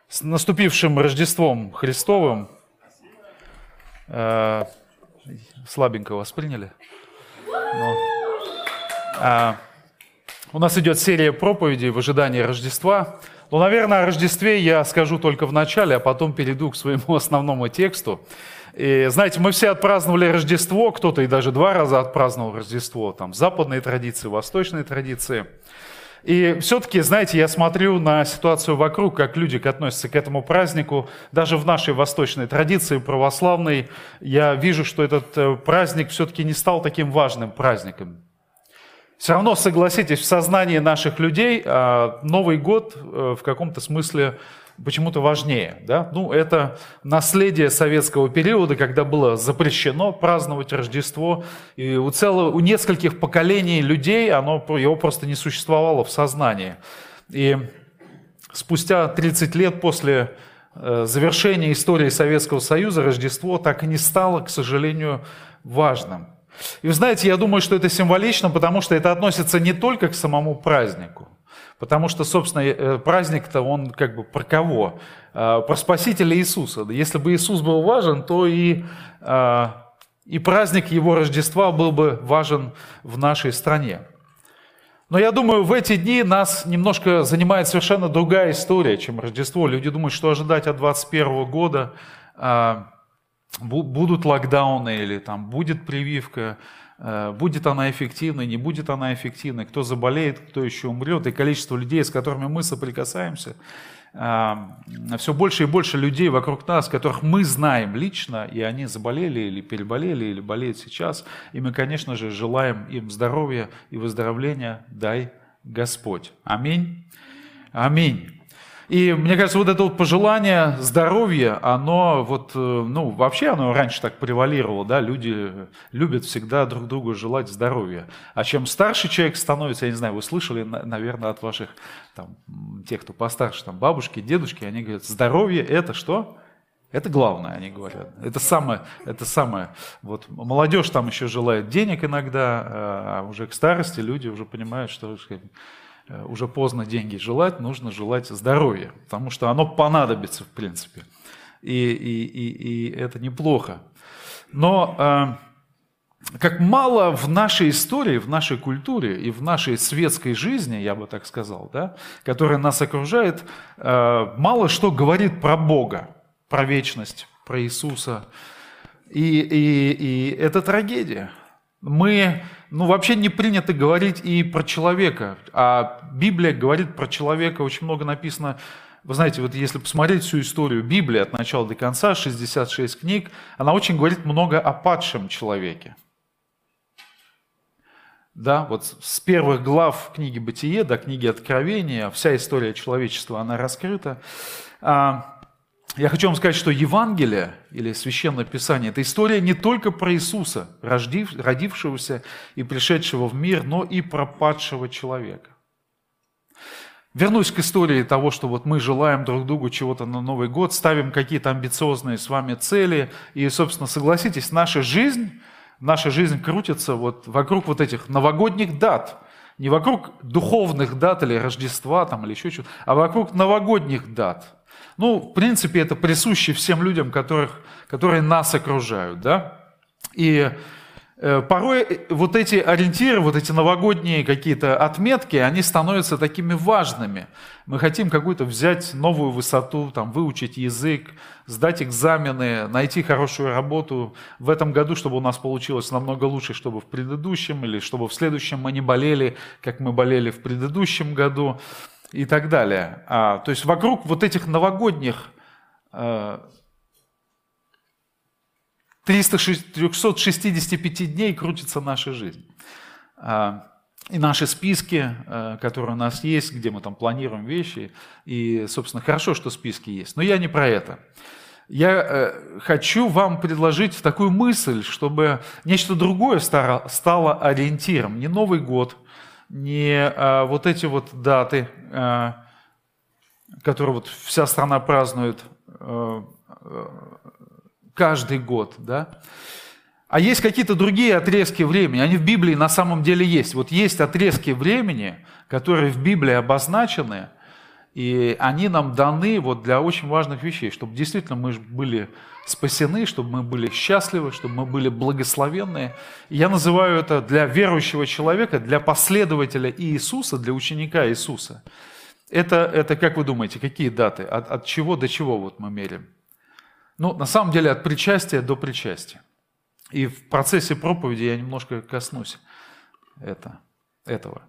С наступившим Рождеством Христовым. Слабенько восприняли. У нас идет серия проповедей в ожидании Рождества. Но, наверное, о Рождестве я скажу только в начале, а потом перейду к своему основному тексту. И, знаете, мы все отпраздновали Рождество, кто-то и даже 2 раза отпраздновал Рождество, там, западные традиции, восточные традиции. И все-таки, знаете, я смотрю на ситуацию вокруг, как люди относятся к этому празднику. Даже в нашей восточной традиции православной я вижу, что этот праздник все-таки не стал таким важным праздником. Все равно, согласитесь, в сознании наших людей Новый год в каком-то смысле почему-то важнее. Да? Ну, это наследие советского периода, когда было запрещено праздновать Рождество. И у нескольких поколений людей его просто не существовало в сознании. И спустя 30 лет после завершения истории Советского Союза Рождество так и не стало, к сожалению, важным. И вы знаете, я думаю, что это символично, потому что это относится не только к самому празднику. Потому что, собственно, праздник-то он как бы про кого? Про Спасителя Иисуса. Если бы Иисус был важен, то и праздник Его Рождества был бы важен в нашей стране. Но я думаю, в эти дни нас немножко занимает совершенно другая история, чем Рождество. Люди думают, что ожидать от 2021 года, будут локдауны или там будет прививка, будет она эффективной, не будет она эффективной, кто заболеет, кто еще умрет. И количество людей, с которыми мы соприкасаемся, все больше и больше людей вокруг нас, которых мы знаем лично, и они заболели или переболели, или болеют сейчас. И мы, конечно же, желаем им здоровья и выздоровления, дай Господь. Аминь. Аминь. И мне кажется, вот это вот пожелание здоровья, оно вообще оно раньше так превалировало, да, люди любят всегда друг другу желать здоровья. А чем старше человек становится, я не знаю, вы слышали, наверное, от ваших, там, тех, кто постарше, там, бабушки, дедушки, они говорят, здоровье это что? Это главное, они говорят. Это самое. Вот молодежь там еще желает денег иногда, а уже к старости люди уже понимают, что уже поздно деньги желать, нужно желать здоровья, потому что оно понадобится, в принципе. И это неплохо. Но как мало в нашей истории, в нашей культуре и в нашей светской жизни, я бы так сказал, да, которая нас окружает, мало что говорит про Бога, про вечность, про Иисуса. И это трагедия. Вообще не принято говорить и про человека, а Библия говорит про человека, очень много написано. Вы знаете, вот если посмотреть всю историю Библии от начала до конца, 66 книг, она очень говорит много о падшем человеке. Да, вот с первых глав книги «Бытие» до книги «Откровения» вся история человечества, она раскрыта. Я хочу вам сказать, что Евангелие или Священное Писание – это история не только про Иисуса, родившегося и пришедшего в мир, но и про падшего человека. Вернусь к истории того, что вот мы желаем друг другу чего-то на Новый год, ставим какие-то амбициозные с вами цели, и, собственно, согласитесь, наша жизнь крутится вот вокруг вот этих новогодних дат, не вокруг духовных дат или Рождества там, или еще чего-то, а вокруг новогодних дат. В принципе, это присуще всем людям, которые нас окружают, да? И порой вот эти ориентиры, вот эти новогодние какие-то отметки, они становятся такими важными. Мы хотим какую-то взять новую высоту, там, выучить язык, сдать экзамены, найти хорошую работу в этом году, чтобы у нас получилось намного лучше, чтобы в предыдущем, или чтобы в следующем мы не болели, как мы болели в предыдущем году. И так далее. То есть вокруг вот этих новогодних 365 дней крутится наша жизнь. И наши списки, которые у нас есть, где мы там планируем вещи. И, собственно, хорошо, что списки есть. Но я не про это. Я хочу вам предложить такую мысль, чтобы нечто другое стало ориентиром. Не Новый год, не вот эти вот даты, которые вот вся страна празднует каждый год, да? А есть какие-то другие отрезки времени, они в Библии на самом деле есть. Вот есть отрезки времени, которые в Библии обозначены, И они нам даны вот для очень важных вещей, чтобы действительно мы были спасены, чтобы мы были счастливы, чтобы мы были благословенные. И я называю это для верующего человека, для последователя Иисуса, для ученика Иисуса. Это как вы думаете, какие даты? От чего до чего вот мы меряем? Ну, на самом деле, от причастия до причастия. И в процессе проповеди я немножко коснусь этого.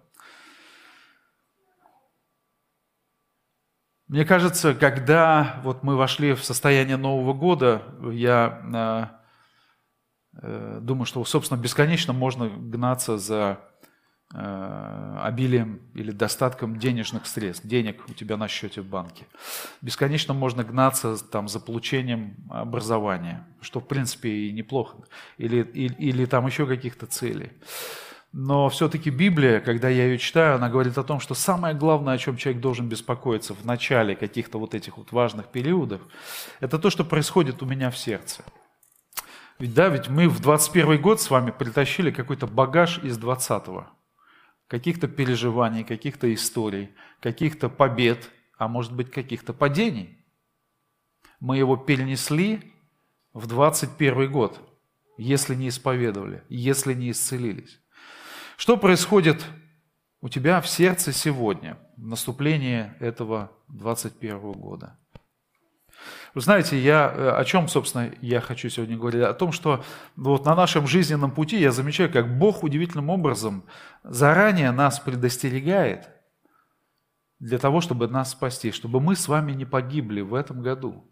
Мне кажется, когда вот мы вошли в состояние Нового года, я думаю, что, собственно, бесконечно можно гнаться за обилием или достатком денежных средств, денег у тебя на счете в банке. Бесконечно можно гнаться там, за получением образования, что, в принципе, и неплохо, или там еще каких-то целей. Но все-таки Библия, когда я ее читаю, она говорит о том, что самое главное, о чем человек должен беспокоиться в начале каких-то вот этих вот важных периодов, это то, что происходит у меня в сердце. Ведь мы в 21 год с вами притащили какой-то багаж из 20-го. Каких-то переживаний, каких-то историй, каких-то побед, а может быть каких-то падений. Мы его перенесли в 21 год, если не исповедовали, если не исцелились. Что происходит у тебя в сердце сегодня, в наступлении этого 21 года? Вы знаете, о чем, собственно, я хочу сегодня говорить? О том, что вот на нашем жизненном пути я замечаю, как Бог удивительным образом заранее нас предостерегает для того, чтобы нас спасти, чтобы мы с вами не погибли в этом году.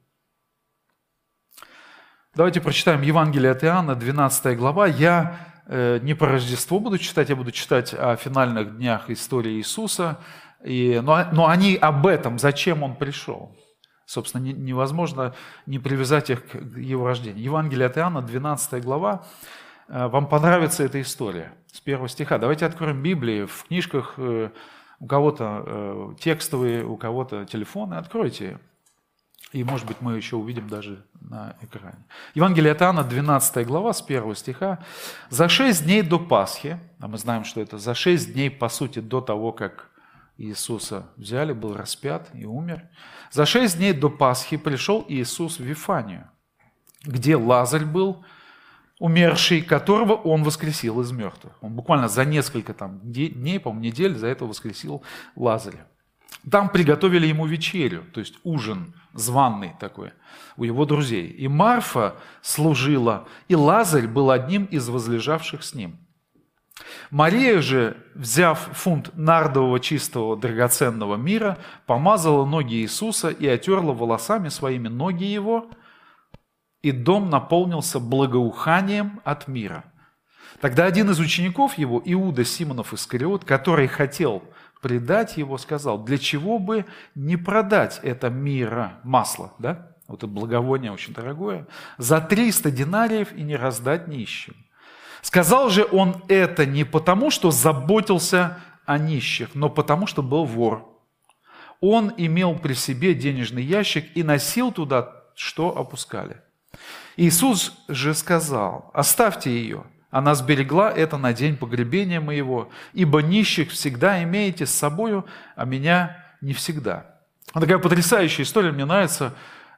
Давайте прочитаем Евангелие от Иоанна, 12 глава. Я не про Рождество буду читать, я буду читать о финальных днях истории Иисуса. Но они об этом, зачем Он пришел. Собственно, невозможно не привязать их к Его рождению. Евангелие от Иоанна, 12 глава. Вам понравится эта история с 1 стиха. Давайте откроем Библии. В книжках у кого-то текстовые, у кого-то телефоны. Откройте. И, может быть, мы еще увидим даже на экране. Евангелие от Иоанна, 12 глава, с 1 стиха. «За 6 дней до Пасхи», а мы знаем, что это за 6 дней, по сути, до того, как Иисуса взяли, был распят и умер. «За 6 дней до Пасхи пришел Иисус в Вифанию, где Лазарь был, умерший, которого Он воскресил из мертвых». Он буквально за несколько дней, по-моему, недель за это воскресил Лазаря. Там приготовили ему вечерю, то есть ужин званый такой у его друзей. И Марфа служила, и Лазарь был одним из возлежавших с ним. Мария же, взяв фунт нардового чистого драгоценного мира, помазала ноги Иисуса и отерла волосами своими ноги его, и дом наполнился благоуханием от мира. Тогда один из учеников его, Иуда Симонов Искариот, который хотел предать его, сказал: для чего бы не продать это мира, масло, да? Вот это благовоние очень дорогое, за 300 динариев и не раздать нищим. Сказал же он это не потому, что заботился о нищих, но потому, что был вор. Он имел при себе денежный ящик и носил туда, что опускали. Иисус же сказал: оставьте ее. Она сберегла это на день погребения моего, ибо нищих всегда имеете с собою, а меня не всегда. Такая потрясающая история, мне нравится.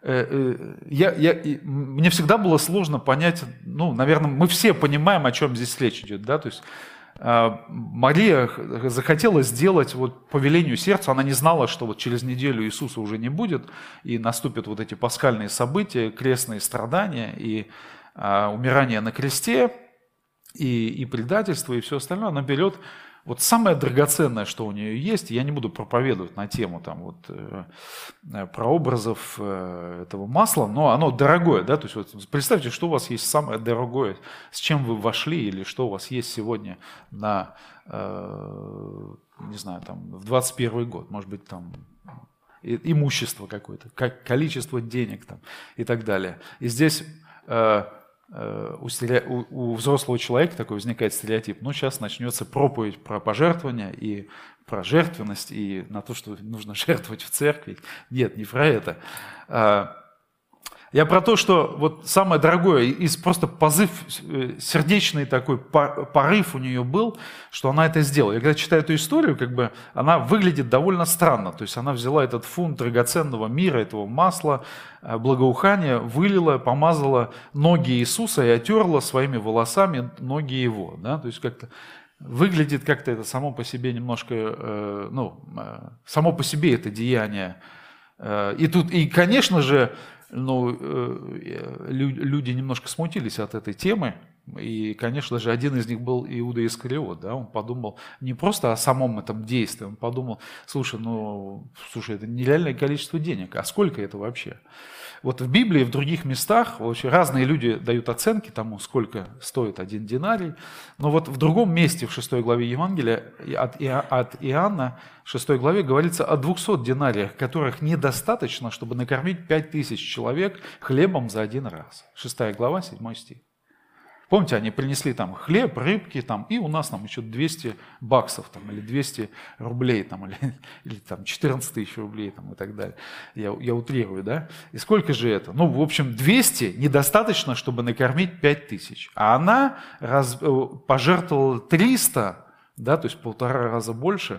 Мне всегда было сложно понять, наверное, мы все понимаем, о чем здесь речь идет, да, то есть Мария захотела сделать вот по велению сердца, она не знала, что вот через неделю Иисуса уже не будет, и наступят вот эти пасхальные события, крестные страдания и умирание на кресте, и предательство, и все остальное. Она берет вот самое драгоценное, что у нее есть. Я не буду проповедовать на тему прообразов этого масла, но оно дорогое, да, то есть вот представьте, что у вас есть самое дорогое, с чем вы вошли, или что у вас есть сегодня на, не знаю, в 21 год, может быть, имущество какое-то, количество денег и так далее. И здесь у взрослого человека такой возникает стереотип: сейчас начнется проповедь про пожертвования и про жертвенность, и на то, что нужно жертвовать в церкви. Нет, не про это. Я про то, что вот самое дорогое, из просто позыв, сердечный такой порыв у нее был, что она это сделала. Я когда читаю эту историю, как бы она выглядит довольно странно. То есть она взяла этот фунт драгоценного мира, этого масла, благоухания, вылила, помазала ноги Иисуса и отерла своими волосами ноги его. Да? То есть как-то выглядит как-то это само по себе немножко, само по себе это деяние. И, конечно же, люди немножко смутились от этой темы, и, конечно же, один из них был Иуда Искариот, да, он подумал не просто о самом этом действии, он подумал, слушай, это нереальное количество денег, а сколько это вообще? Вот в Библии, в других местах вообще разные люди дают оценки тому, сколько стоит один динарий, но вот в другом месте, в 6 главе Евангелия от Иоанна, в 6 главе говорится о 200 динариях, которых недостаточно, чтобы накормить 5000 человек хлебом за один раз. 6 глава, 7 стих. Помните, они принесли там хлеб, рыбки, там, и у нас там еще 200 баксов, там, или 200 рублей, там, или там, 14 тысяч рублей там, и так далее. Я утрирую, да? И сколько же это? В общем, 200 недостаточно, чтобы накормить 5000. А она пожертвовала 300, да, то есть 1,5 раза больше.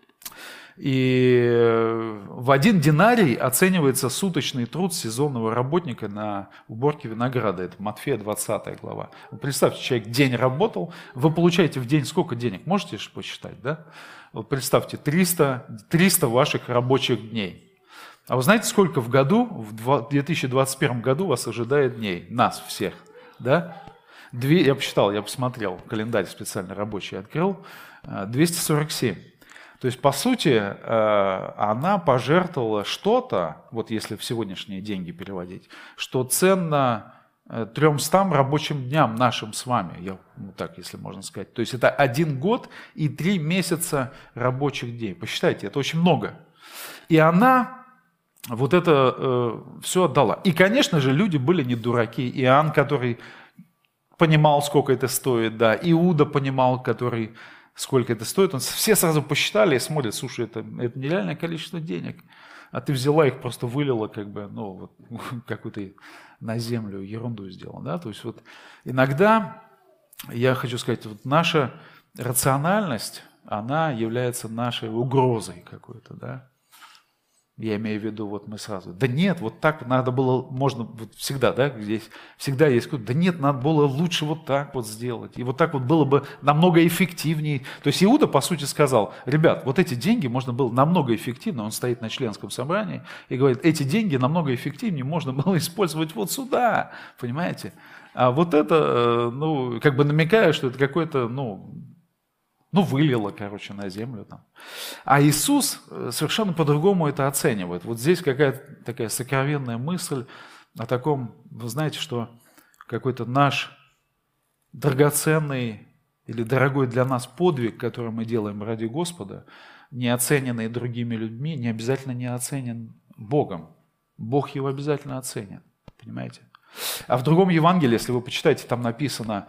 И в 1 динарий оценивается суточный труд сезонного работника на уборке винограда. Это Матфея 20 глава. Вы представьте, человек день работал, вы получаете в день сколько денег? Можете же посчитать, да? Вот представьте, 300 ваших рабочих дней. А вы знаете, сколько в году, в 2021 году вас ожидает дней? Нас всех, да? Я посчитал, я посмотрел, календарь специально рабочий открыл, 247. То есть, по сути, она пожертвовала что-то, вот если в сегодняшние деньги переводить, что ценно 300 рабочим дням нашим с вами, так, если можно сказать. То есть, это 1 год и 3 месяца рабочих дней. Посчитайте, это очень много. И она вот это все отдала. И, конечно же, люди были не дураки. Иоанн, который понимал, сколько это стоит, да, Иуда понимал, который... сколько это стоит, все сразу посчитали и смотрят, слушай, это нереальное количество денег, а ты взяла их, просто вылила, какую-то на землю ерунду сделала, да, то есть вот иногда, я хочу сказать, вот наша рациональность, она является нашей угрозой какой-то, да. Я имею в виду, вот мы сразу, да нет, вот так надо было, можно, вот всегда, да, здесь всегда есть какой-то, да нет, надо было лучше вот так вот сделать, и вот так вот было бы намного эффективнее. То есть Иуда, по сути, сказал, ребят, вот эти деньги можно было намного эффективнее, он стоит на членском собрании и говорит, эти деньги намного эффективнее можно было использовать вот сюда, понимаете? А вот это, намекая, что это какой-то, вылило, на землю там. А Иисус совершенно по-другому это оценивает. Вот здесь какая-то такая сокровенная мысль о таком, вы знаете, что какой-то наш драгоценный или дорогой для нас подвиг, который мы делаем ради Господа, не оцененный другими людьми, не обязательно не оценен Богом. Бог его обязательно оценит, понимаете? А в другом Евангелии, если вы почитаете, там написано...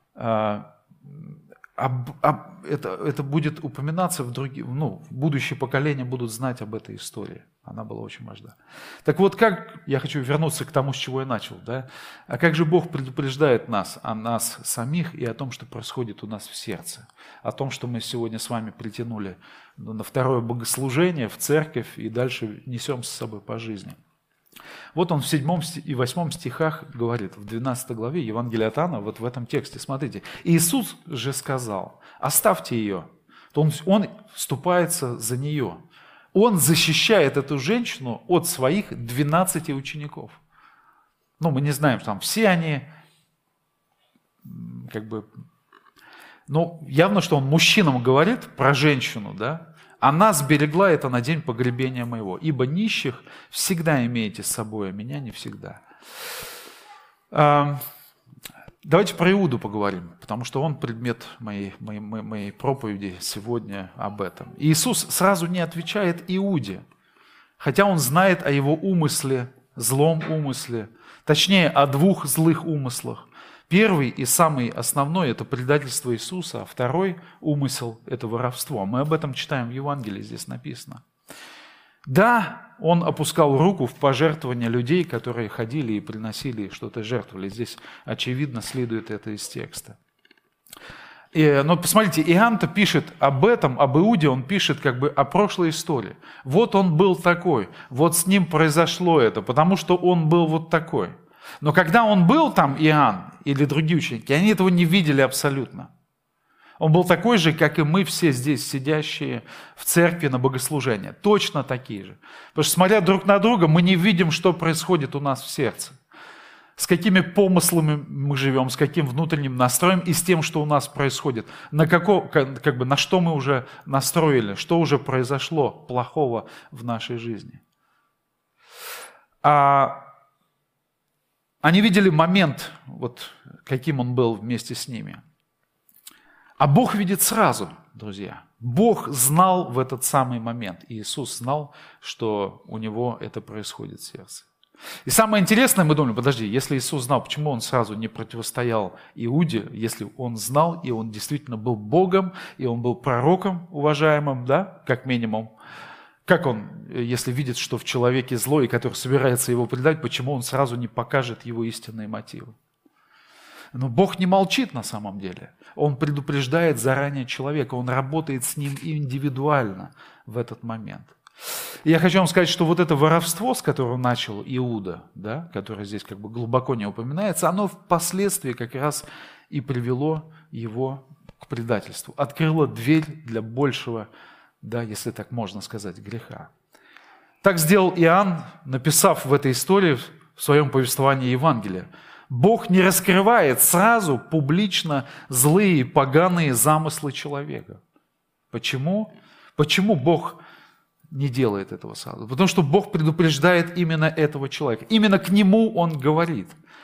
это будет упоминаться будущие поколения будут знать об этой истории. Она была очень важна. Так вот, я хочу вернуться к тому, с чего я начал, да? А как же Бог предупреждает нас о нас самих и о том, что происходит у нас в сердце? О том, что мы сегодня с вами притянули на второе богослужение в церковь и дальше несем с собой по жизни. Вот он в 7 и 8 стихах говорит, в 12 главе Евангелия от Иоанна, вот в этом тексте, смотрите. Иисус же сказал, оставьте ее. Он вступается за нее. Он защищает эту женщину от своих 12 учеников. Мы не знаем, там все они, явно, что он мужчинам говорит про женщину, да? Она сберегла это на день погребения моего, ибо нищих всегда имеете с собой, а меня не всегда. Давайте про Иуду поговорим, потому что он предмет моей проповеди сегодня об этом. Иисус сразу не отвечает Иуде, хотя он знает о его умысле, злом умысле, точнее о 2 злых умыслах. Первый и самый основной – это предательство Иисуса, а второй умысел – это воровство. Мы об этом читаем в Евангелии, здесь написано. Да, он опускал руку в пожертвования людей, которые ходили и приносили что-то, жертвовали. Здесь очевидно следует это из текста. Но посмотрите, Иоанн-то пишет об этом, об Иуде, он пишет как бы о прошлой истории. Вот он был такой, вот с ним произошло это, потому что он был вот такой. Но когда он был там, Иоанн или другие ученики, они этого не видели абсолютно. Он был такой же, как и мы все здесь, сидящие в церкви на богослужение. Точно такие же. Потому что, смотря друг на друга, мы не видим, что происходит у нас в сердце. С какими помыслами мы живем, с каким внутренним настроем и с тем, что у нас происходит. На что мы уже настроили, что уже произошло плохого в нашей жизни. Они видели момент, вот каким он был вместе с ними. А Бог видит сразу, друзья. Бог знал в этот самый момент. И Иисус знал, что у него это происходит в сердце. И самое интересное, мы думали, подожди, если Иисус знал, почему он сразу не противостоял Иуде, если он знал, и он действительно был Богом, и он был пророком уважаемым, да, как минимум. Как он, если видит, что в человеке зло, и который собирается его предать, почему он сразу не покажет его истинные мотивы? Но Бог не молчит на самом деле. Он предупреждает заранее человека, он работает с ним индивидуально в этот момент. И я хочу вам сказать, что вот это воровство, с которого начал Иуда, да, которое здесь как бы глубоко не упоминается, оно впоследствии как раз и привело его к предательству. Открыло дверь для большего, да, если так можно сказать, греха. Так сделал Иоанн, написав в этой истории в своем повествовании Евангелия. Бог не раскрывает сразу публично злые, поганые замыслы человека. Почему? Почему Бог не делает этого сразу? Потому что Бог предупреждает именно этого человека. Именно к нему Он говорит.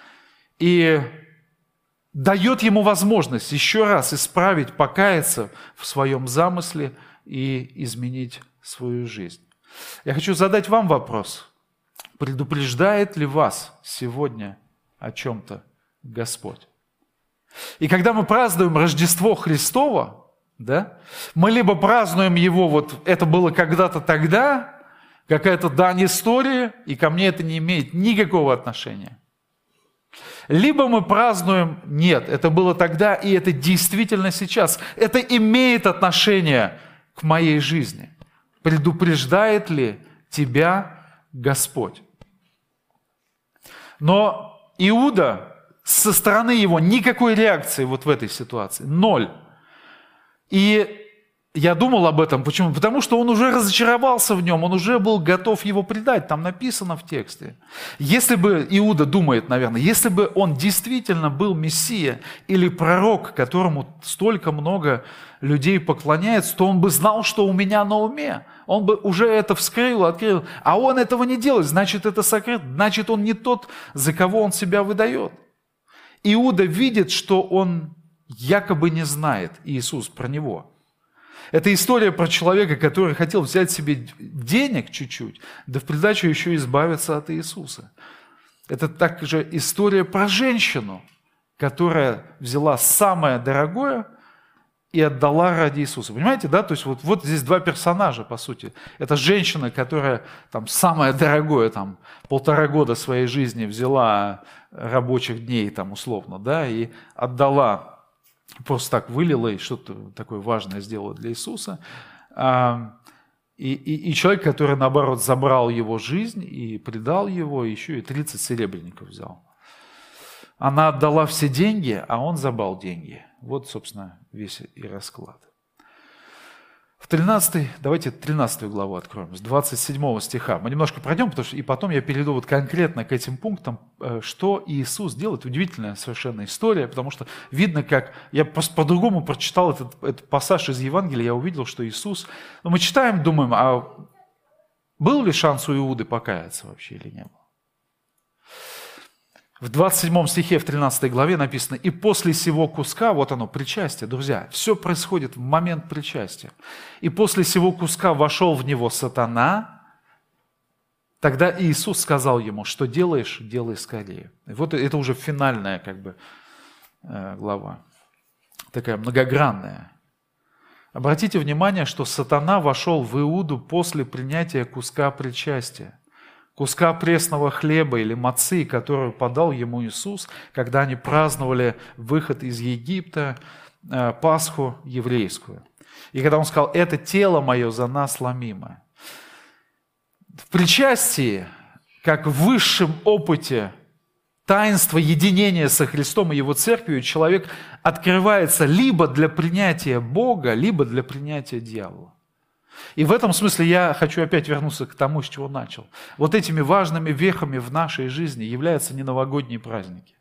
И дает ему возможность еще раз исправить, покаяться в своем замысле и изменить свою жизнь. Я хочу задать вам вопрос. Предупреждает ли вас сегодня о чем-то Господь? И когда мы празднуем Рождество Христово, да, мы либо празднуем его, вот это было когда-то тогда, какая-то дань истории, и ко мне это не имеет никакого отношения. Либо мы празднуем, нет, это было тогда, и это действительно сейчас. Это имеет отношение к моей жизни. Предупреждает ли тебя Господь? Но Иуда, со стороны его никакой реакции вот в этой ситуации, ноль. И я думал об этом, почему? Потому что он уже разочаровался в нем, он уже был готов его предать, там написано в тексте. Если бы, Иуда думает, наверное, если бы он действительно был Мессия или пророк, которому столько много людей поклоняется, то он бы знал, что у меня на уме. Он бы уже это вскрыл, открыл. А он этого не делает, значит, это сокрыто, значит, он не тот, за кого он себя выдает. Иуда видит, что он якобы не знает Иисус про него. Это история про человека, который хотел взять себе денег чуть-чуть, да в придачу еще избавиться от Иисуса. Это также история про женщину, которая взяла самое дорогое и отдала ради Иисуса. Понимаете, да? То есть вот здесь два персонажа, по сути. Это женщина, которая там самое дорогое, там 1,5 года своей жизни взяла рабочих дней, там условно, да, и отдала, просто так вылила и что-то такое важное сделала для Иисуса. И человек, который, наоборот, забрал его жизнь и предал его, еще и 30 серебряников взял. Она отдала все деньги, а он забрал деньги. Вот, собственно, весь и расклад. Давайте 13 главу откроем, с 27 стиха. Мы немножко пройдем, потому что и потом я перейду вот конкретно к этим пунктам, что Иисус делает. Удивительная совершенно история, потому что видно, как... Я просто по-другому прочитал этот пассаж из Евангелия, я увидел, что Иисус... Мы читаем, думаем, а был ли шанс у Иуды покаяться вообще или не было? В 27 стихе, в 13 главе написано: «И после сего куска», вот оно, причастие, друзья, все происходит в момент причастия. «И после сего куска вошел в него сатана, тогда Иисус сказал ему: что делаешь, делай скорее». И вот это уже финальная глава, такая многогранная. Обратите внимание, что сатана вошел в Иуду после принятия куска причастия, куска пресного хлеба или мацы, которую подал ему Иисус, когда они праздновали выход из Египта, Пасху еврейскую. И когда он сказал: «Это тело мое за нас ломимое». В причастии, как в высшем опыте таинства единения со Христом и Его Церковью, человек открывается либо для принятия Бога, либо для принятия дьявола. И в этом смысле я хочу опять вернуться к тому, с чего начал. Вот этими важными вехами в нашей жизни являются не новогодние праздники,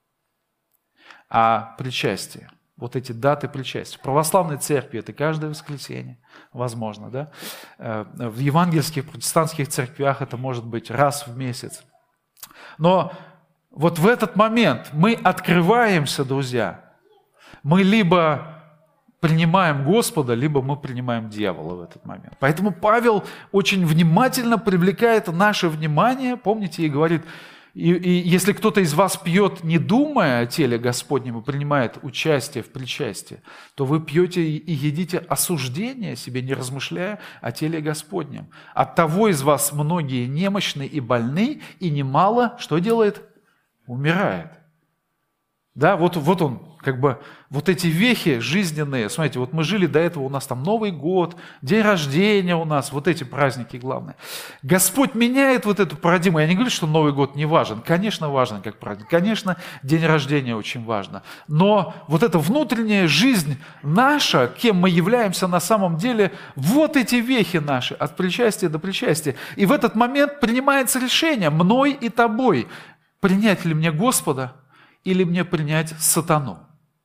а причастие. Вот эти даты причастия. В православной церкви это каждое воскресенье, возможно, да? В евангельских, протестантских церквях это может быть раз в месяц. Но вот в этот момент мы открываемся, друзья. Мы либо принимаем Господа, либо мы принимаем дьявола в этот момент. Поэтому Павел очень внимательно привлекает наше внимание, помните, и говорит: и если кто-то из вас пьет, не думая о теле Господнем, и принимает участие в причастии, то вы пьете и едите осуждение себе, не размышляя о теле Господнем. От того из вас многие немощны и больны, и немало, что делает? Умирает. Да, вот он, как бы, вот эти вехи жизненные, смотрите, вот мы жили до этого, у нас там Новый год, день рождения у нас, вот эти праздники главные. Господь меняет вот эту парадигму. Я не говорю, что Новый год не важен. Конечно, важен как праздник. Конечно, день рождения очень важно. Но вот эта внутренняя жизнь наша, кем мы являемся на самом деле, вот эти вехи наши, от причастия до причастия. И в этот момент принимается решение мной и тобой, принять ли мне Господа, или мне принять сатану.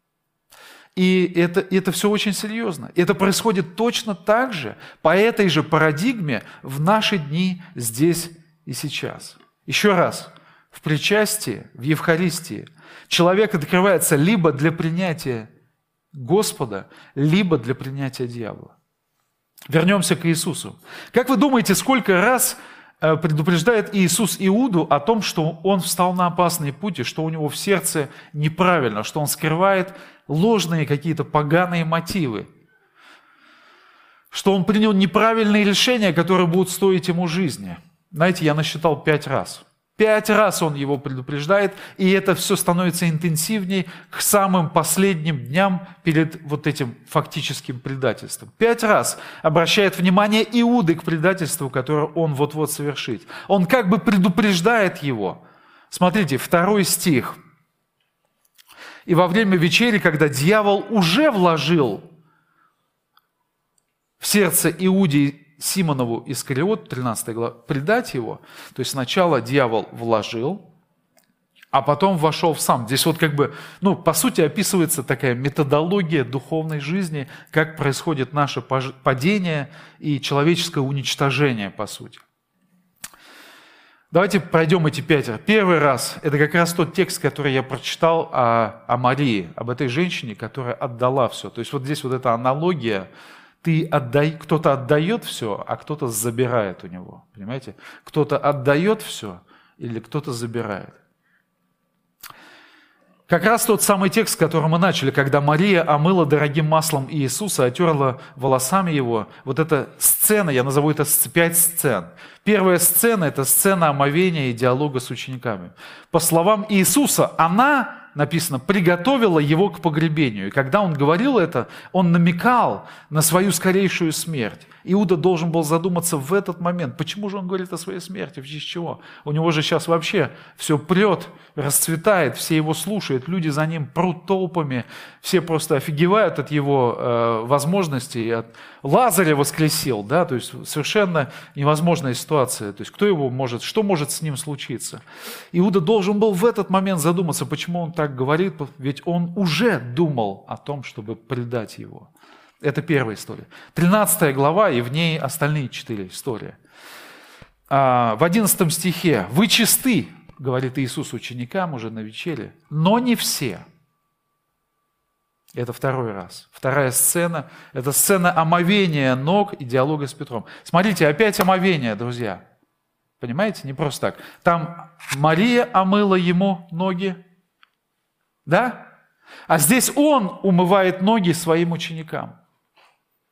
И это все очень серьезно. Это происходит точно так же, по этой же парадигме в наши дни, здесь и сейчас. Еще раз, в причастии, в Евхаристии человек открывается либо для принятия Господа, либо для принятия дьявола. Вернемся к Иисусу. Как вы думаете, сколько раз предупреждает Иисус Иуду о том, что он встал на опасный путь, и что у него в сердце неправильно, что он скрывает ложные какие-то поганые мотивы, что он принял неправильные решения, которые будут стоить ему жизни. Знаете, я насчитал 5 раз. 5 раз он его предупреждает, и это все становится интенсивнее к самым последним дням перед вот этим фактическим предательством. 5 раз обращает внимание Иуды к предательству, которое он вот-вот совершит. Он как бы предупреждает его. Смотрите, 2 стих. «И во время вечери, когда дьявол уже вложил в сердце Иуде Симонову Искариот, 13 глава, предать его». То есть сначала дьявол вложил, а потом вошел в сам. Здесь вот как бы, по сути, описывается такая методология духовной жизни, как происходит наше падение и человеческое уничтожение, по сути. Давайте пройдем эти 5. Первый раз, это как раз тот текст, который я прочитал о Марии, об этой женщине, которая отдала все. То есть вот здесь вот эта аналогия. Кто-то отдает все, а кто-то забирает у него. Понимаете? Кто-то отдает все или кто-то забирает. Как раз тот самый текст, с которым мы начали, когда Мария омыла дорогим маслом Иисуса, отерла волосами его. Вот эта сцена, я назову это 5 сцен. Первая сцена – это сцена омовения и диалога с учениками. По словам Иисуса, она, написано, приготовила его к погребению. И когда он говорил это, он намекал на свою скорейшую смерть. Иуда должен был задуматься в этот момент, почему же он говорит о своей смерти, в честь чего? У него же сейчас вообще все прет, расцветает, все его слушают, люди за ним прут толпами, все просто офигевают от его возможностей. Лазаря воскресил, да, то есть совершенно невозможная ситуация. То есть кто его может, что может с ним случиться? Иуда должен был в этот момент задуматься, почему он так говорит, ведь он уже думал о том, чтобы предать его. Это первая история. 13 глава, и в ней остальные 4 истории. В 11 стихе: «Вы чисты, — говорит Иисус ученикам уже на вечере, — но не все». Это 2 раз. 2 сцена – это сцена омовения ног и диалога с Петром. Смотрите, опять омовение, друзья. Понимаете? Не просто так. Там Мария омыла ему ноги, да? А здесь он умывает ноги своим ученикам.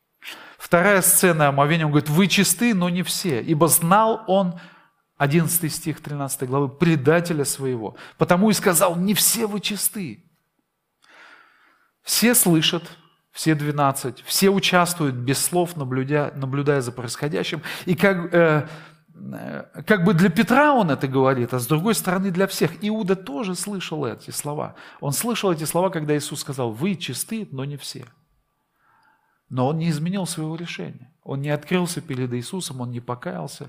Вторая сцена омовения, он говорит, вы чисты, но не все, ибо знал он, 11 стих 13 главы, предателя своего, потому и сказал, не все вы чисты. Все слышат, все 12, все участвуют без слов, наблюдая за происходящим. И как бы для Петра он это говорит, а с другой стороны для всех. Иуда тоже слышал эти слова. Он слышал эти слова, когда Иисус сказал, вы чисты, но не все. Но он не изменил своего решения. Он не открылся перед Иисусом, он не покаялся.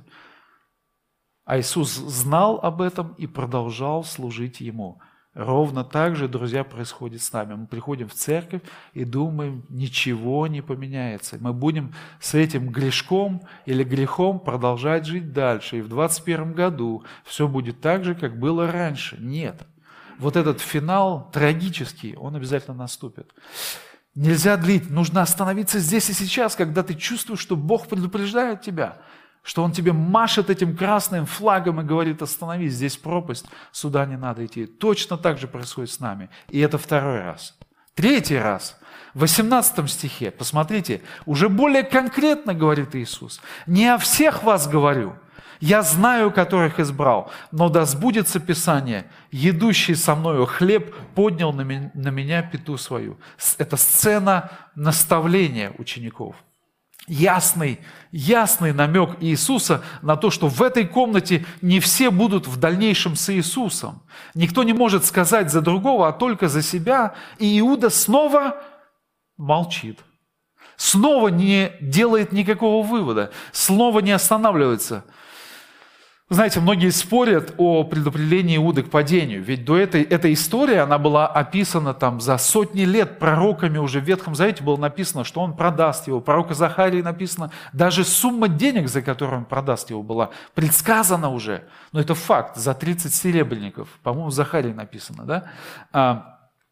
А Иисус знал об этом и продолжал служить Ему. Ровно так же, друзья, происходит с нами. Мы приходим в церковь и думаем, ничего не поменяется. Мы будем с этим грешком или грехом продолжать жить дальше. И в 2021 году все будет так же, как было раньше. Нет. Вот этот финал трагический, он обязательно наступит. Нельзя длить, нужно остановиться здесь и сейчас, когда ты чувствуешь, что Бог предупреждает тебя, что Он тебе машет этим красным флагом и говорит, остановись, здесь пропасть, сюда не надо идти. Точно так же происходит с нами. И это второй раз. Третий раз. В 18 стихе, посмотрите, уже более конкретно говорит Иисус. «Не о всех вас говорю, я знаю, которых избрал, но да сбудется Писание, едущий со мною хлеб поднял на меня пяту свою». Это сцена наставления учеников. Ясный намек Иисуса на то, что в этой комнате не все будут в дальнейшем с Иисусом. Никто не может сказать за другого, а только за себя. И Иуда снова молчит. Снова не делает никакого вывода. Снова не останавливается. Знаете, многие спорят о предопределении Иуды к падению, ведь до эта история, она была описана там за сотни лет пророками, уже в Ветхом Завете было написано, что он продаст его. Пророка Захарии написано, даже сумма денег, за которую он продаст его, была предсказана уже. Но это факт, за 30 серебряников, по-моему, в Захарии написано, да?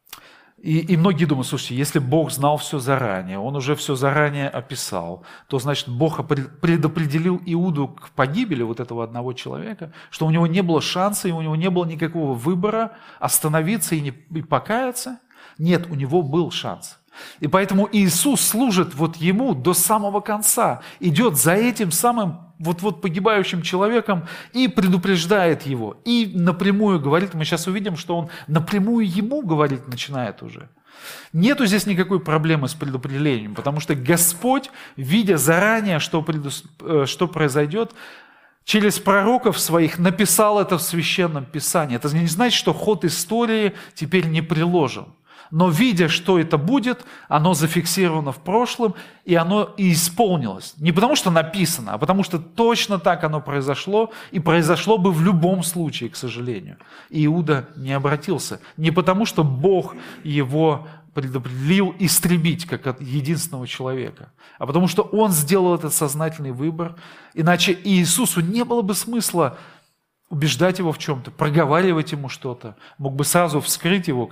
И многие думают, слушайте, если Бог знал все заранее, Он уже все заранее описал, то значит Бог предопределил Иуду к погибели вот этого одного человека, что у него не было шанса, и у него не было никакого выбора остановиться и покаяться. Нет, у него был шанс. И поэтому Иисус служит вот Ему до самого конца, идет за этим самым вот погибающим человеком и предупреждает его. И напрямую говорит, мы сейчас увидим, что он напрямую ему говорить начинает уже. Нету здесь никакой проблемы с предопределением, потому что Господь, видя заранее, что произойдет, через пророков своих написал это в Священном Писании. Это не значит, что ход истории теперь не приложен. Но видя, что это будет, оно зафиксировано в прошлом, и оно и исполнилось. Не потому, что написано, а потому, что точно так оно произошло, и произошло бы в любом случае, к сожалению. И Иуда не обратился. Не потому, что Бог его предопределил истребить, как единственного человека, а потому, что он сделал этот сознательный выбор. Иначе Иисусу не было бы смысла убеждать его в чем-то, проговаривать ему что-то, мог бы сразу вскрыть его,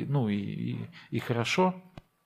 и хорошо.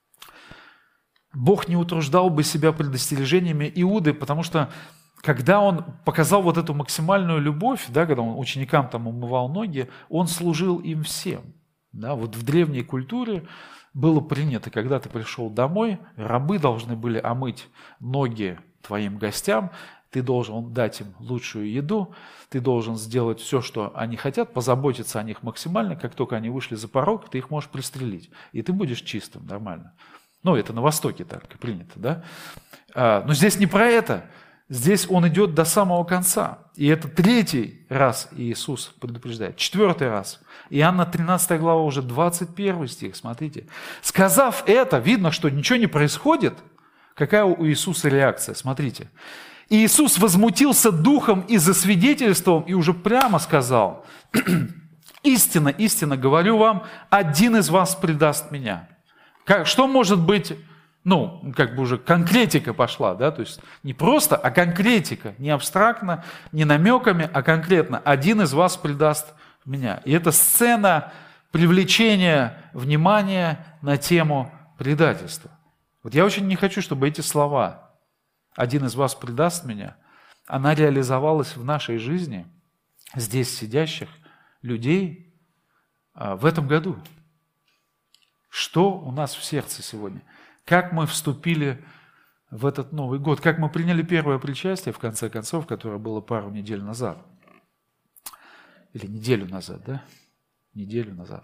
Бог не утруждал бы себя предостережениями Иуды, потому что когда он показал вот эту максимальную любовь, да, когда он ученикам там умывал ноги, он служил им всем. Да, вот в древней культуре было принято, когда ты пришел домой, рабы должны были омыть ноги твоим гостям, ты должен дать им лучшую еду, ты должен сделать все, что они хотят, позаботиться о них максимально. Как только они вышли за порог, ты их можешь пристрелить, и ты будешь чистым, нормально. Это на Востоке так принято, да? Но здесь не про это. Здесь он идет до самого конца. И это третий раз Иисус предупреждает. Четвертый раз. Иоанна 13 глава, уже 21 стих, смотрите. Сказав это, видно, что ничего не происходит. Какая у Иисуса реакция? Смотрите. Иисус возмутился духом и засвидетельствовал, и уже прямо сказал, истинно, истинно говорю вам, один из вас предаст меня. Что может быть, уже конкретика пошла, да, то есть не просто, а конкретика, не абстрактно, не намеками, а конкретно, один из вас предаст меня. И это сцена привлечения внимания на тему предательства. Вот я очень не хочу, чтобы эти слова «один из вас предаст меня», она реализовалась в нашей жизни, здесь сидящих людей, в этом году. Что у нас в сердце сегодня? Как мы вступили в этот Новый год, как мы приняли первое причастие, в конце концов, которое было пару недель назад. Или неделю назад, да? Неделю назад.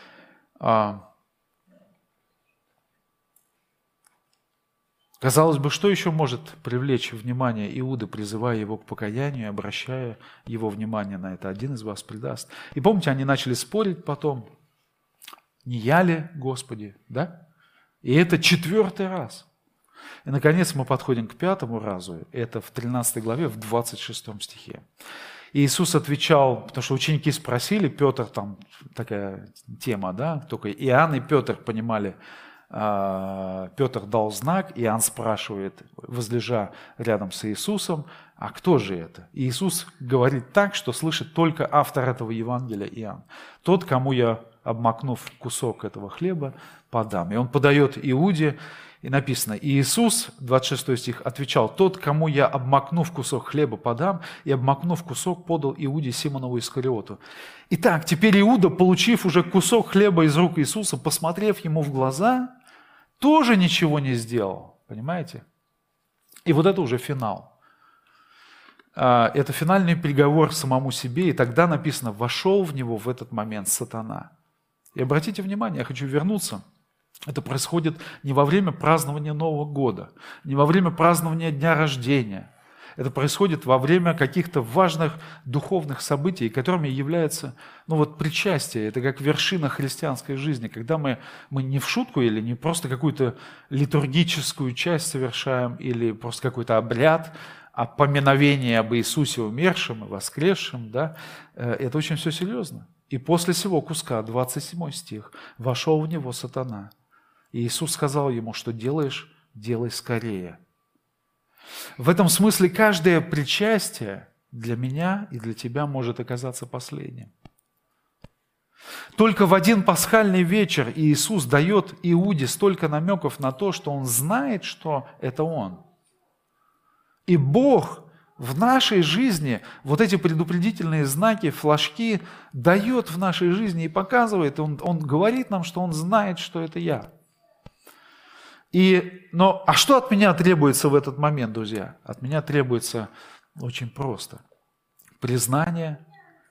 Казалось бы, что еще может привлечь внимание Иуды, призывая его к покаянию, обращая его внимание на это? Один из вас предаст. И помните, они начали спорить потом, не я ли, Господи, да? И это 4-й раз. И, наконец, мы подходим к 5-му разу. Это в 13 главе, в 26 стихе. И Иисус отвечал, потому что ученики спросили, Петр, там такая тема, да, только Иоанн и Петр понимали. Петр дал знак, Иоанн спрашивает, возлежа рядом с Иисусом, а кто же это? И Иисус говорит так, что слышит только автор этого Евангелия Иоанн. Тот, кому я, обмакнув кусок этого хлеба, подам. И он подает Иуде, и написано, и Иисус, 26 стих, отвечал, тот, кому я, обмакнув кусок хлеба, подам, и обмакнув кусок, подал Иуде Симонову Искариоту. Итак, теперь Иуда, получив уже кусок хлеба из рук Иисуса, посмотрев ему в глаза, тоже ничего не сделал. Понимаете? И вот это уже финал. Это финальный приговор самому себе, и тогда написано, вошел в него в этот момент сатана. И обратите внимание, я хочу вернуться. Это происходит не во время празднования Нового года, не во время празднования дня рождения. Это происходит во время каких-то важных духовных событий, которыми является причастие. Это как вершина христианской жизни, когда мы не в шутку или не просто какую-то литургическую часть совершаем, или просто какой-то обряд, а поминовение об Иисусе умершем и воскресшем. Да? Это очень все серьезно. И после сего куска, 27 стих, вошел в него сатана. И Иисус сказал ему, что делаешь, делай скорее. В этом смысле каждое причастие для меня и для тебя может оказаться последним. Только в один пасхальный вечер Иисус дает Иуде столько намеков на то, что он знает, что это он. И Бог в нашей жизни вот эти предупредительные знаки, флажки дает в нашей жизни и показывает. Он говорит нам, что он знает, что это я. А что от меня требуется в этот момент, друзья? От меня требуется очень просто. Признание,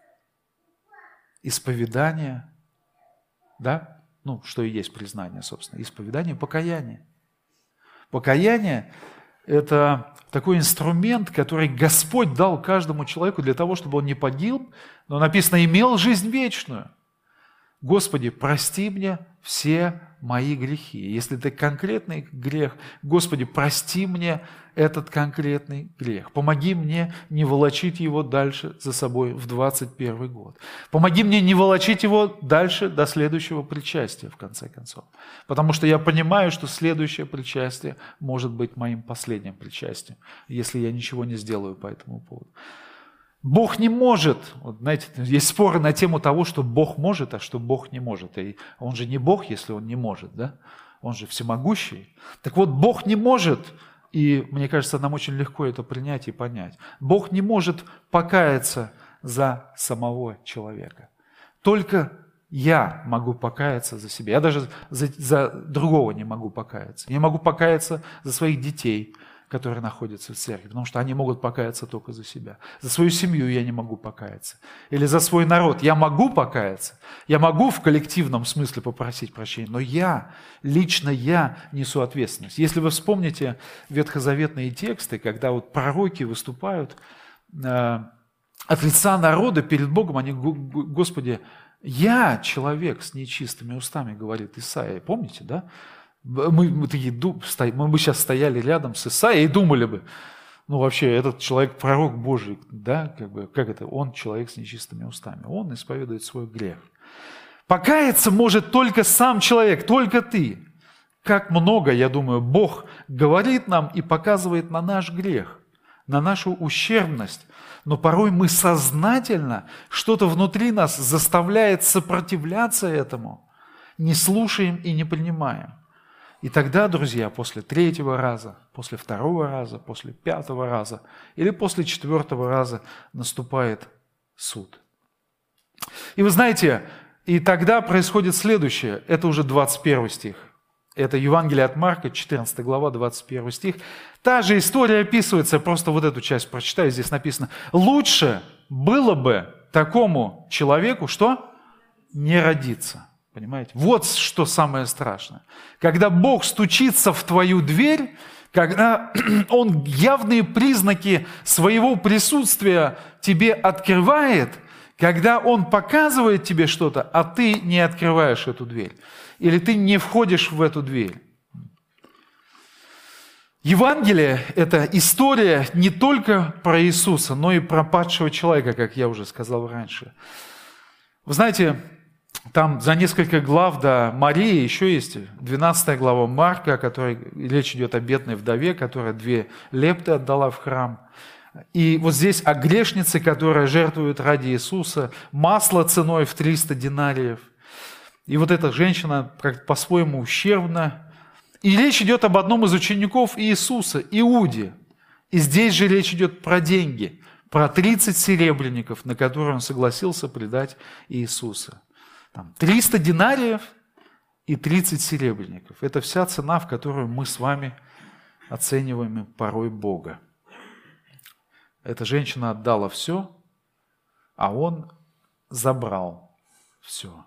исповедание, да? Что и есть признание, собственно. Исповедание, покаяние. Покаяние – это такой инструмент, который Господь дал каждому человеку для того, чтобы он не погиб, но написано, имел жизнь вечную. Господи, прости мне все мои грехи. Если это конкретный грех, Господи, прости мне этот конкретный грех. Помоги мне не волочить его дальше за собой в 21 год. Помоги мне не волочить его дальше до следующего причастия, в конце концов. Потому что я понимаю, что следующее причастие может быть моим последним причастием, если я ничего не сделаю по этому поводу. Бог не может, знаете, есть споры на тему того, что Бог может, а что Бог не может. И Он же не Бог, если Он не может, да? Он же всемогущий. Так вот, Бог не может, и мне кажется, нам очень легко это принять и понять. Бог не может покаяться за самого человека. Только я могу покаяться за себя. Я даже за другого не могу покаяться. Я могу покаяться за своих детей, которые находятся в церкви, потому что они могут покаяться только за себя. За свою семью я не могу покаяться. Или за свой народ я могу покаяться. Я могу в коллективном смысле попросить прощения, но лично я несу ответственность. Если вы вспомните ветхозаветные тексты, когда пророки выступают от лица народа перед Богом, они, Господи, я человек с нечистыми устами, говорит Исаия. Помните, да? Мы бы сейчас стояли рядом с Исаией и думали бы, вообще, этот человек пророк Божий, да, как это, он человек с нечистыми устами, он исповедует свой грех. Покаяться может только сам человек, только ты. Как много, я думаю, Бог говорит нам и показывает на наш грех, на нашу ущербность, но порой мы сознательно, что-то внутри нас заставляет сопротивляться этому, не слушаем и не принимаем. И тогда, друзья, после 3-го раза, после 2-го раза, после 5-го раза или после 4-го раза наступает суд. И вы знаете, и тогда происходит следующее, это уже 21 стих. Это Евангелие от Марка, 14 глава, 21 стих. Та же история описывается, просто вот эту часть прочитаю, здесь написано. Лучше было бы такому человеку, что? Не родиться. Понимаете? Вот что самое страшное. Когда Бог стучится в твою дверь, когда Он явные признаки своего присутствия тебе открывает, когда Он показывает тебе что-то, а ты не открываешь эту дверь, или ты не входишь в эту дверь. Евангелие – это история не только про Иисуса, но и про падшего человека, как я уже сказал раньше. Вы знаете, там за несколько глав до Марии еще есть 12 глава Марка, о которой речь идет о бедной вдове, которая 2 лепты отдала в храм. И вот здесь о грешнице, которая жертвует ради Иисуса масло ценой в 300 динариев. И вот эта женщина как по-своему ущербна. И речь идет об одном из учеников Иисуса, Иуде. И здесь же речь идет про деньги, про 30 серебряников, на которые он согласился предать Иисуса. Там 300 динариев и 30 серебряников. Это вся цена, в которую мы с вами оцениваем порой Бога. Эта женщина отдала все, а он забрал все.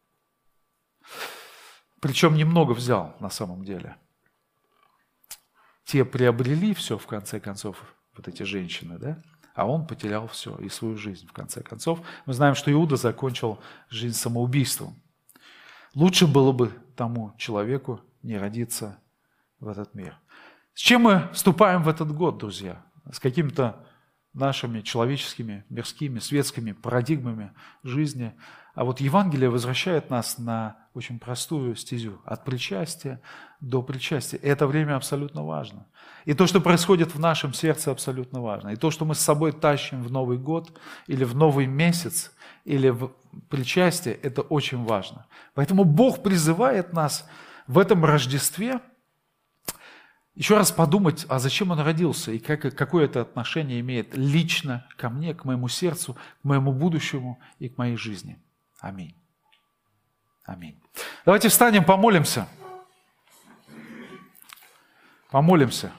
Причем немного взял на самом деле. Те приобрели все, в конце концов, вот эти женщины, да? А он потерял все и свою жизнь, в конце концов. Мы знаем, что Иуда закончил жизнь самоубийством. Лучше было бы тому человеку не родиться в этот мир. С чем мы вступаем в этот год, друзья? С какими-то нашими человеческими, мирскими, светскими парадигмами жизни. А вот Евангелие возвращает нас на очень простую стезю. От причастия до причастия. И это время абсолютно важно. И то, что происходит в нашем сердце, абсолютно важно. И то, что мы с собой тащим в Новый год, или в Новый месяц, или в причастие, это очень важно. Поэтому Бог призывает нас в этом Рождестве еще раз подумать, а зачем Он родился, и какое это отношение имеет лично ко мне, к моему сердцу, к моему будущему и к моей жизни. Аминь. Аминь. Давайте встанем, помолимся. Помолимся.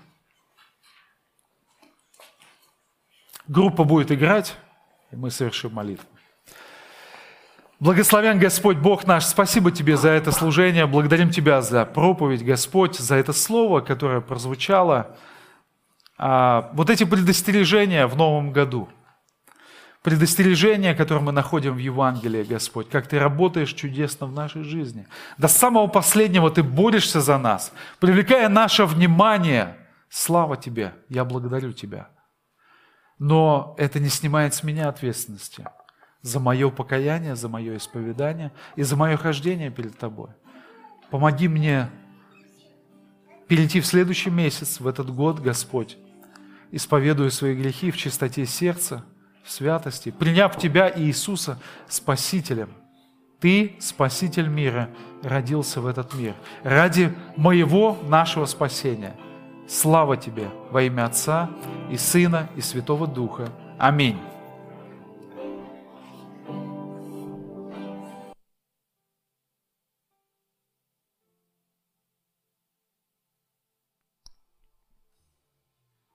Группа будет играть, и мы совершим молитву. Благословен Господь Бог наш, спасибо Тебе за это служение, благодарим Тебя за проповедь, Господь, за это слово, которое прозвучало. Вот эти предостережения в Новом году, предостережения, которые мы находим в Евангелии, Господь, как Ты работаешь чудесно в нашей жизни. До самого последнего Ты борешься за нас, привлекая наше внимание. Слава Тебе, я благодарю Тебя. Но это не снимает с меня ответственности за мое покаяние, за мое исповедание и за мое хождение перед Тобой. Помоги мне перейти в следующий месяц, в этот год, Господь, исповедуя свои грехи в чистоте сердца, в святости, приняв Тебя и Иисуса Спасителем. Ты, Спаситель мира, родился в этот мир ради моего, нашего спасения. Слава Тебе во имя Отца и Сына и Святого Духа. Аминь.